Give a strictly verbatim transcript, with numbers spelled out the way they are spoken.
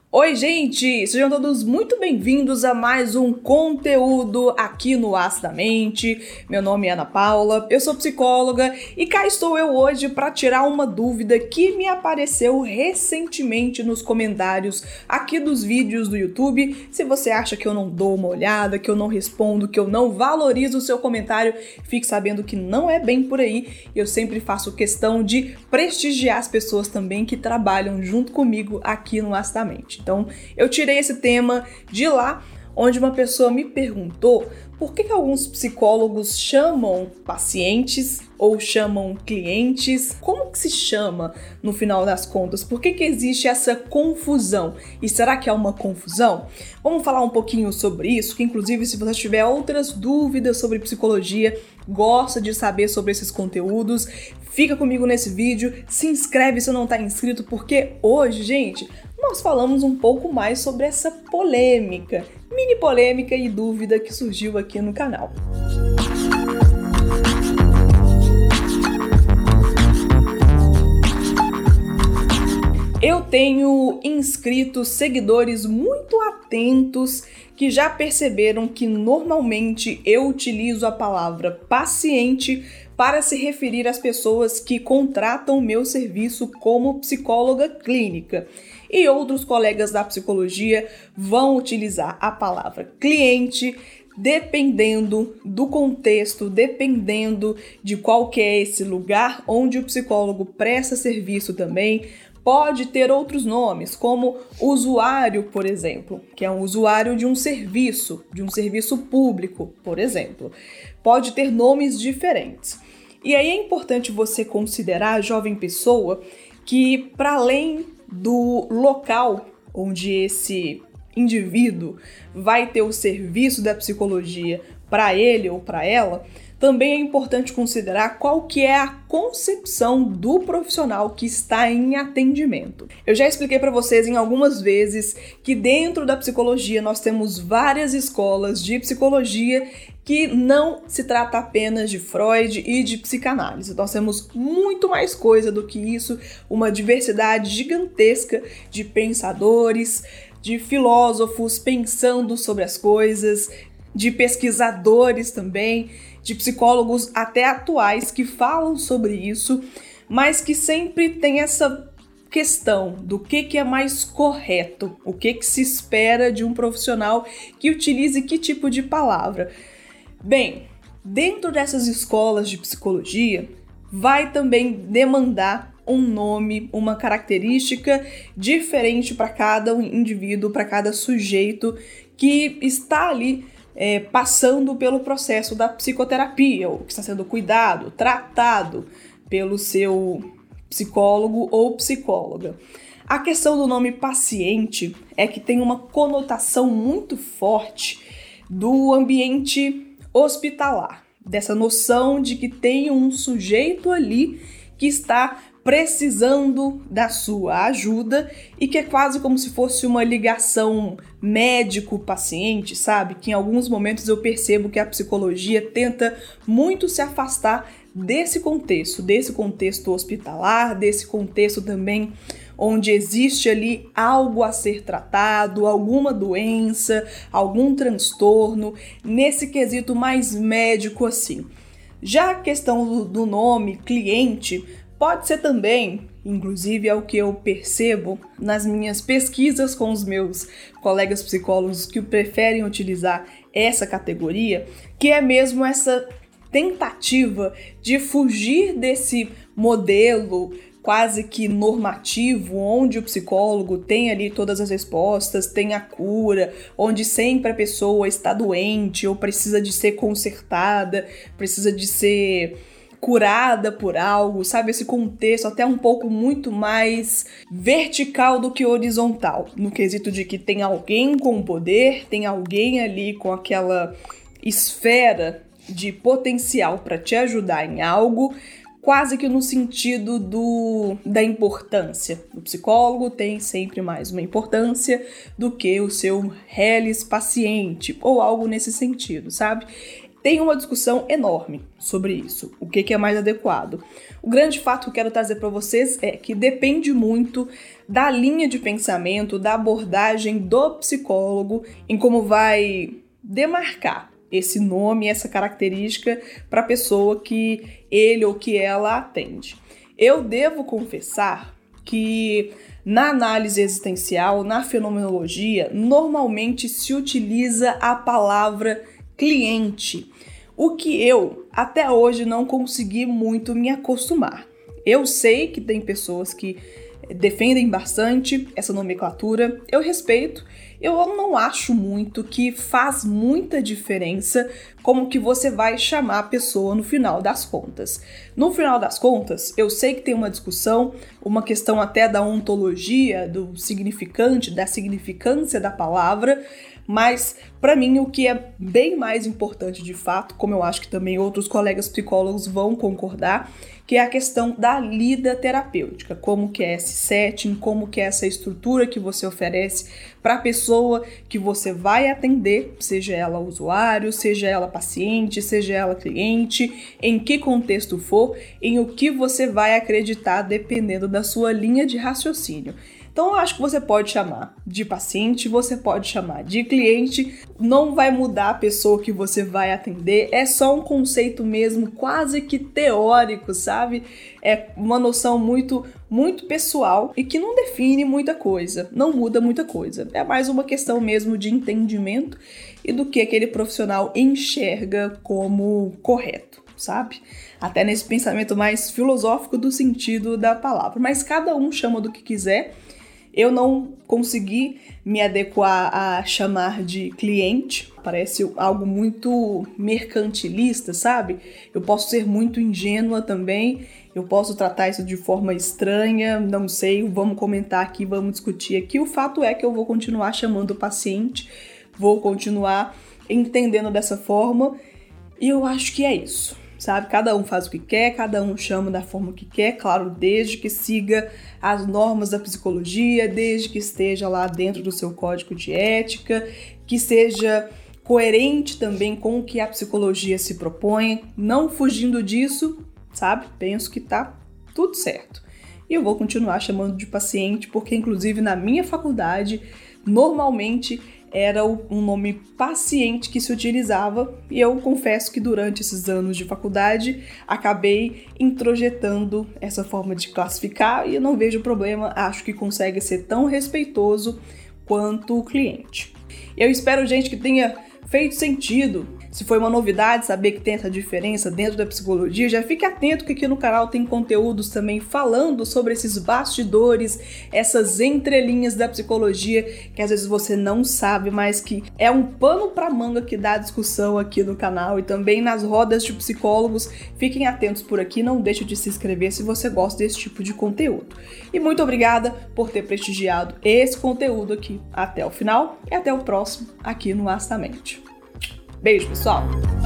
Oi, gente! Sejam todos muito bem-vindos a mais um conteúdo aqui no Acidamente. Meu nome é Ana Paula, eu sou psicóloga e cá estou eu hoje para tirar uma dúvida que me apareceu recentemente nos comentários aqui dos vídeos do YouTube. Se você acha que eu não dou uma olhada, que eu não respondo, que eu não valorizo o seu comentário, fique sabendo que não é bem por aí. Eu sempre faço questão de prestigiar as pessoas também que trabalham junto comigo aqui no Acidamente. Então, eu tirei esse tema de lá, onde uma pessoa me perguntou por que que alguns psicólogos chamam pacientes ou chamam clientes. Como que se chama no final das contas? Por que que existe essa confusão? E será que é uma confusão? Vamos falar um pouquinho sobre isso, que inclusive se você tiver outras dúvidas sobre psicologia, gosta de saber sobre esses conteúdos, fica comigo nesse vídeo, se inscreve se não está inscrito, porque hoje, gente, nós falamos um pouco mais sobre essa polêmica, mini polêmica e dúvida que surgiu aqui no canal. Eu tenho inscritos, seguidores muito atentos que já perceberam que normalmente eu utilizo a palavra paciente para se referir às pessoas que contratam o meu serviço como psicóloga clínica. E outros colegas da psicologia vão utilizar a palavra cliente, dependendo do contexto, dependendo de qual que é esse lugar onde o psicólogo presta serviço também. Pode ter outros nomes, como usuário, por exemplo, que é um usuário de um serviço, de um serviço público, por exemplo. Pode ter nomes diferentes. E aí é importante você considerar, jovem pessoa, que para além do local onde esse indivíduo vai ter o serviço da psicologia para ele ou para ela, também é importante considerar qual que é a concepção do profissional que está em atendimento. Eu já expliquei para vocês em algumas vezes que dentro da psicologia nós temos várias escolas de psicologia que não se trata apenas de Freud e de psicanálise. Nós temos muito mais coisa do que isso, uma diversidade gigantesca de pensadores, de filósofos pensando sobre as coisas, de pesquisadores também, de psicólogos até atuais que falam sobre isso, mas que sempre tem essa questão do que, que é mais correto, o que, que se espera de um profissional que utilize que tipo de palavra. Bem, dentro dessas escolas de psicologia, vai também demandar um nome, uma característica diferente para cada indivíduo, para cada sujeito que está ali é, passando pelo processo da psicoterapia, ou que está sendo cuidado, tratado pelo seu psicólogo ou psicóloga. A questão do nome paciente é que tem uma conotação muito forte do ambiente hospitalar, dessa noção de que tem um sujeito ali que está precisando da sua ajuda e que é quase como se fosse uma ligação médico-paciente, sabe? Que em alguns momentos eu percebo que a psicologia tenta muito se afastar desse contexto, desse contexto hospitalar, desse contexto também onde existe ali algo a ser tratado, alguma doença, algum transtorno, nesse quesito mais médico assim. Já a questão do, do nome cliente pode ser também, inclusive é o que eu percebo nas minhas pesquisas com os meus colegas psicólogos que preferem utilizar essa categoria, que é mesmo essa tentativa de fugir desse modelo quase que normativo, onde o psicólogo tem ali todas as respostas, tem a cura, onde sempre a pessoa está doente ou precisa de ser consertada, precisa de ser curada por algo, sabe? Esse contexto até um pouco muito mais vertical do que horizontal, no quesito de que tem alguém com poder, tem alguém ali com aquela esfera de potencial para te ajudar em algo, quase que no sentido do, da importância. O psicólogo tem sempre mais uma importância do que o seu reles paciente, ou algo nesse sentido, sabe? tem uma discussão enorme sobre isso, o que, que é mais adequado. O grande fato que eu quero trazer para vocês é que depende muito da linha de pensamento, da abordagem do psicólogo, em como vai demarcar esse nome, essa característica para a pessoa que ele ou que ela atende. Eu devo confessar que na análise existencial, na fenomenologia, normalmente se utiliza a palavra cliente, o que eu até hoje não consegui muito me acostumar. Eu sei que tem pessoas que defendem bastante essa nomenclatura, eu respeito, eu não acho muito que faz muita diferença como que você vai chamar a pessoa no final das contas. No final das contas, eu sei que tem uma discussão, uma questão até da ontologia, do significante, da significância da palavra, mas para mim o que é bem mais importante de fato, como eu acho que também outros colegas psicólogos vão concordar, que é a questão da lida terapêutica, como que é esse setting, como que é essa estrutura que você oferece para a pessoa que você vai atender, seja ela usuário, seja ela paciente, seja ela cliente, em que contexto for, em o que você vai acreditar dependendo da sua linha de raciocínio. Então eu acho que você pode chamar de paciente, você pode chamar de cliente, não vai mudar a pessoa que você vai atender, é só um conceito mesmo quase que teórico, sabe? É uma noção muito, muito pessoal e que não define muita coisa, não muda muita coisa. É mais uma questão mesmo de entendimento e do que aquele profissional enxerga como correto, sabe? Até nesse pensamento mais filosófico do sentido da palavra, mas cada um chama do que quiser. Eu não consegui me adequar a chamar de cliente, parece algo muito mercantilista, sabe? Eu posso ser muito ingênua também, eu posso tratar isso de forma estranha, não sei, vamos comentar aqui, vamos discutir aqui. O fato é que eu vou continuar chamando o paciente, vou continuar entendendo dessa forma e eu acho que é isso. Sabe? Cada um faz o que quer, cada um chama da forma que quer, claro, desde que siga as normas da psicologia, desde que esteja lá dentro do seu código de ética, que seja coerente também com o que a psicologia se propõe, não fugindo disso, sabe? Penso que tá tudo certo. E eu vou continuar chamando de paciente, porque inclusive na minha faculdade, normalmente era um nome paciente que se utilizava e eu confesso que durante esses anos de faculdade acabei introjetando essa forma de classificar e eu não vejo problema, acho que consegue ser tão respeitoso quanto o cliente. Eu espero, gente, que tenha feito sentido. Se foi uma novidade saber que tem essa diferença dentro da psicologia, já fique atento que aqui no canal tem conteúdos também falando sobre esses bastidores, essas entrelinhas da psicologia que às vezes você não sabe, mas que é um pano para manga que dá discussão aqui no canal e também nas rodas de psicólogos. Fiquem atentos por aqui, não deixe de se inscrever se você gosta desse tipo de conteúdo. E muito obrigada por ter prestigiado esse conteúdo aqui até o final e até o próximo aqui no Astamente. Beijo, pessoal!